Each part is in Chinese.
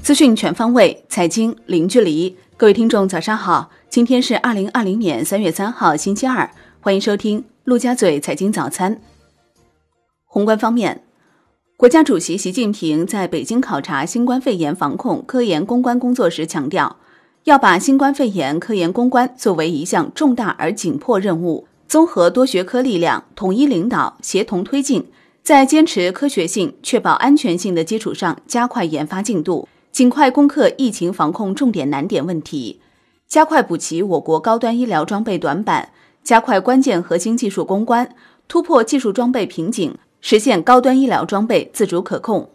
资讯全方位，财经零距离。各位听众早上好，今天是2020年3月3号星期二，欢迎收听陆家嘴财经早餐。宏观方面，国家主席习近平在北京考察新冠肺炎防控科研攻关工作时强调，要把新冠肺炎科研攻关作为一项重大而紧迫任务，综合多学科力量，统一领导，协同推进，在坚持科学性、确保安全性的基础上加快研发进度，尽快攻克疫情防控重点难点问题，加快补齐我国高端医疗装备短板，加快关键核心技术攻关，突破技术装备瓶颈，实现高端医疗装备自主可控。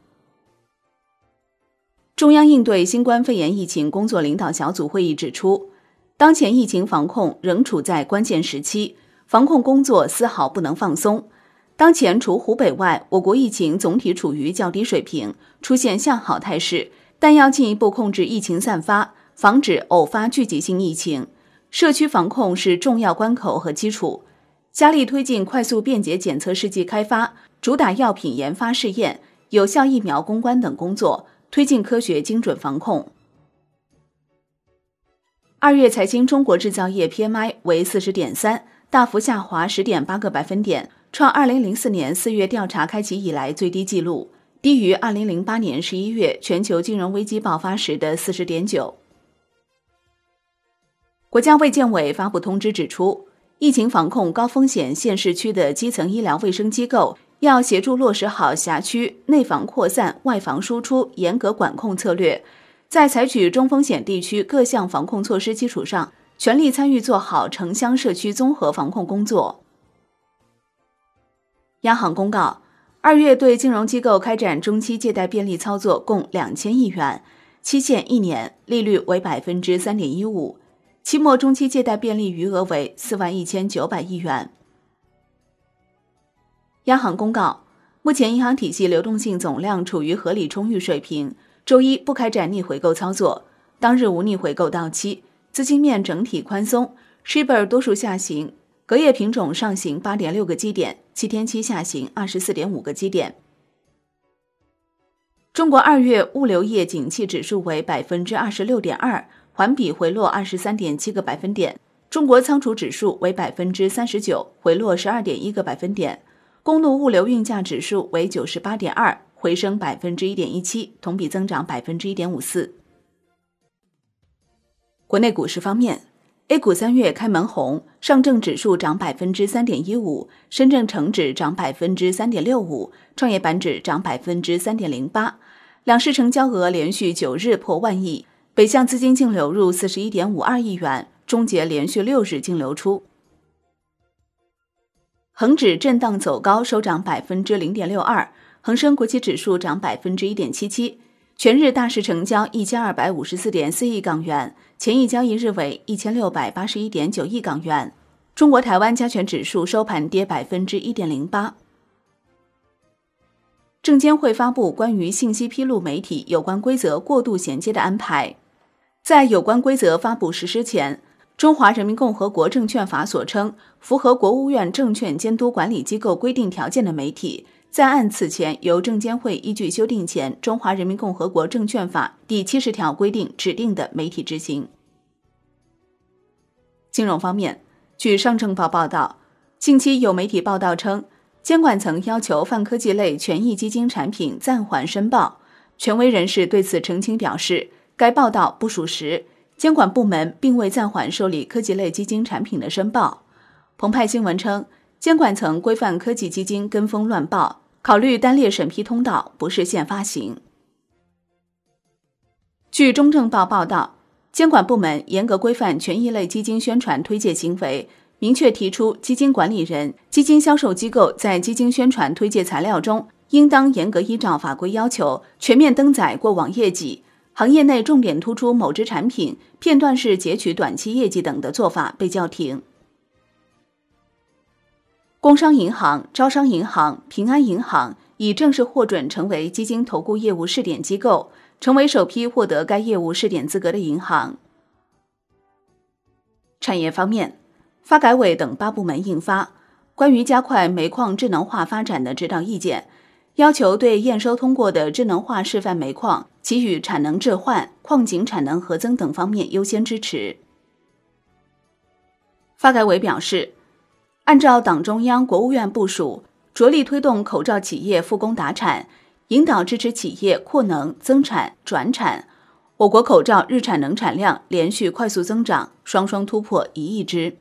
中央应对新冠肺炎疫情工作领导小组会议指出，当前疫情防控仍处在关键时期，防控工作丝毫不能放松。当前除湖北外，我国疫情总体处于较低水平，出现向好态势，但要进一步控制疫情散发，防止偶发聚集性疫情。社区防控是重要关口和基础，加力推进快速便捷检测试剂开发，主打药品研发试验、有效疫苗攻关等工作，推进科学精准防控。2月财新中国制造业 PMI 为 40.3， 大幅下滑 10.8 个百分点，创2004年4月调查开启以来最低纪录，低于2008年11月全球金融危机爆发时的 40.9。 国家卫健委发布通知指出，疫情防控高风险县市区的基层医疗卫生机构要协助落实好辖区内防扩散、外防输出严格管控策略，在采取中风险地区各项防控措施基础上，全力参与做好城乡社区综合防控工作。央行公告，2月对金融机构开展中期借贷便利操作共2000亿元，期限1年，利率为 3.15%， 期末中期借贷便利余额为41900亿元。央行公告，目前银行体系流动性总量处于合理充裕水平，周一不开展逆回购操作，当日无逆回购到期，资金面整体宽松， Shibor 多数下行，隔夜品种上行 8.6 个基点，7天期下行 24.5 个基点。中国2月物流业景气指数为 26.2%， 环比回落 23.7 个百分点。中国仓储指数为 39%， 回落 12.1 个百分点。公路物流运价指数为 98.2， 回升 1.17%， 同比增长 1.54%。 国内股市方面， A 股3月开门红，上证指数涨 3.15%， 深圳成指涨 3.65%， 创业板指涨 3.08%， 两市成交额连续9日破万亿，北向资金净流入 41.52 亿元，终结连续6日净流出。恒指震荡走高，收涨 0.62%， 恒生国企指数涨 1.77%， 全日大市成交 1254.4 亿港元，前一交易日为 1681.9 亿港元。中国台湾加权指数收盘跌 1.08%。 证监会发布关于信息披露媒体有关规则过渡衔接的安排。在有关规则发布实施前，中华人民共和国证券法所称符合国务院证券监督管理机构规定条件的媒体，暂按此前由证监会依据修订前中华人民共和国证券法第70条规定指定的媒体执行。金融方面，据上证报报道，近期有媒体报道称，监管层要求泛科技类权益基金产品暂缓申报，权威人士对此澄清表示，该报道不属实，监管部门并未暂缓受理科技类基金产品的申报。澎湃新闻称，监管层规范科技基金跟风乱报，考虑单列审批通道，不是现发行。据中证报报道，监管部门严格规范权益类基金宣传推介行为，明确提出基金管理人、基金销售机构在基金宣传推介材料中，应当严格依照法规要求，全面登载过往业绩，行业内重点突出某只产品、片段式截取短期业绩等的做法被叫停。工商银行、招商银行、平安银行已正式获准成为基金投顾业务试点机构，成为首批获得该业务试点资格的银行。产业方面，发改委等8部门印发关于加快煤矿智能化发展的指导意见， 要求对验收通过的智能化示范煤矿给予产能置换、矿井产能核增等方面优先支持。发改委表示，按照党中央、国务院部署，着力推动口罩企业复工达产，引导支持企业扩能、增产、转产。我国口罩日产能产量连续快速增长，双双突破1亿只。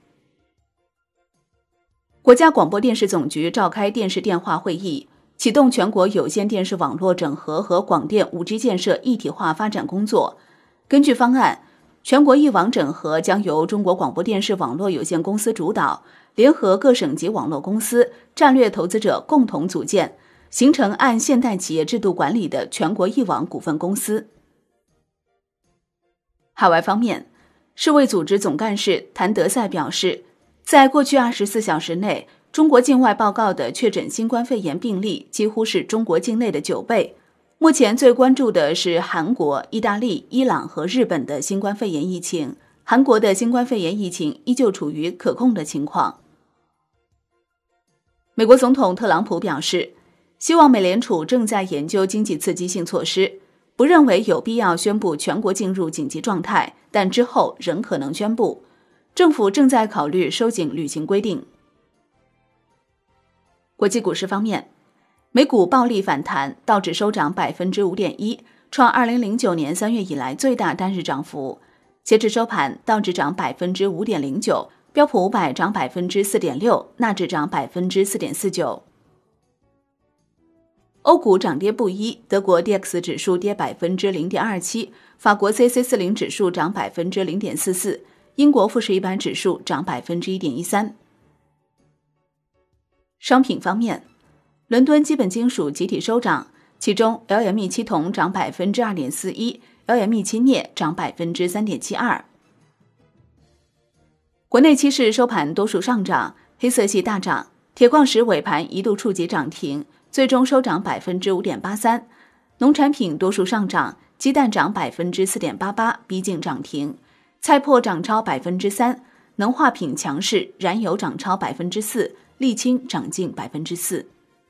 国家广播电视总局召开电视电话会议，启动全国有线电视网络整合和广电 5G 建设一体化发展工作。根据方案，全国一网整合将由中国广播电视网络有限公司主导，联合各省级网络公司、战略投资者共同组建，形成按现代企业制度管理的全国一网股份公司。海外方面，世卫组织总干事谭德赛表示，在过去24小时内，中国境外报告的确诊新冠肺炎病例几乎是中国境内的9倍。目前最关注的是韩国、意大利、伊朗和日本的新冠肺炎疫情。韩国的新冠肺炎疫情依旧处于可控的情况。美国总统特朗普表示，希望美联储正在研究经济刺激性措施，不认为有必要宣布全国进入紧急状态，但之后仍可能宣布。政府正在考虑收紧旅行规定。国际股市方面，美股暴力反弹，道指收涨 5.1%， 创2009年3月以来最大单日涨幅。截至收盘，道指涨 5.09%， 标普500涨 4.6%， 纳指涨 4.49%。欧股涨跌不一，德国 DAX 指数跌 0.27%， 法国 CAC40 指数涨 0.44%， 英国富时100指数涨 1.13%。商品方面，伦敦基本金属集体收涨，其中 LME 铜涨 2.41%， LME 镍涨 3.72%。国内期市收盘多数上涨，黑色系大涨，铁矿石尾盘一度触及涨停，最终收涨 5.83%。农产品多数上涨，鸡蛋涨 4.88%， 逼近涨停，菜粕涨超 3%， 能化品强势，燃油涨超 4%， 沥青涨近 4%。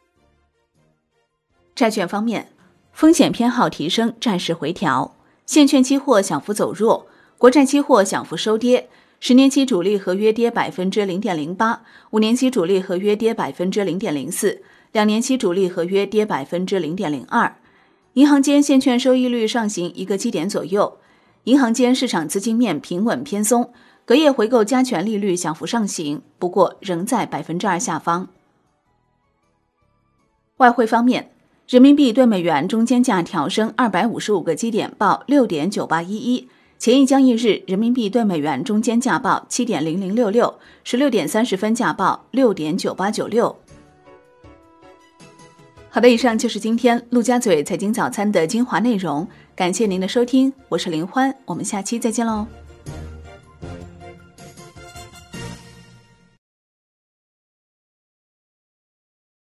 债券方面，风险偏好提升，债市回调，现券期货小幅走弱，国债期货小幅收跌，10年期主力合约跌 0.08%， 5年期主力合约跌 0.04%， 2年期主力合约跌 0.02%。 银行间现券收益率上行1个基点左右，银行间市场资金面平稳偏松，隔夜回购加权利率小幅上行，不过仍在 2% 下方。外汇方面，人民币对美元中间价调升255个基点，报 6.9811， 前一交易日人民币对美元中间价报 7.0066， 16点30分价报 6.9896。 好的，以上就是今天陆家嘴财经早餐的精华内容，感谢您的收听，我是林欢，我们下期再见喽。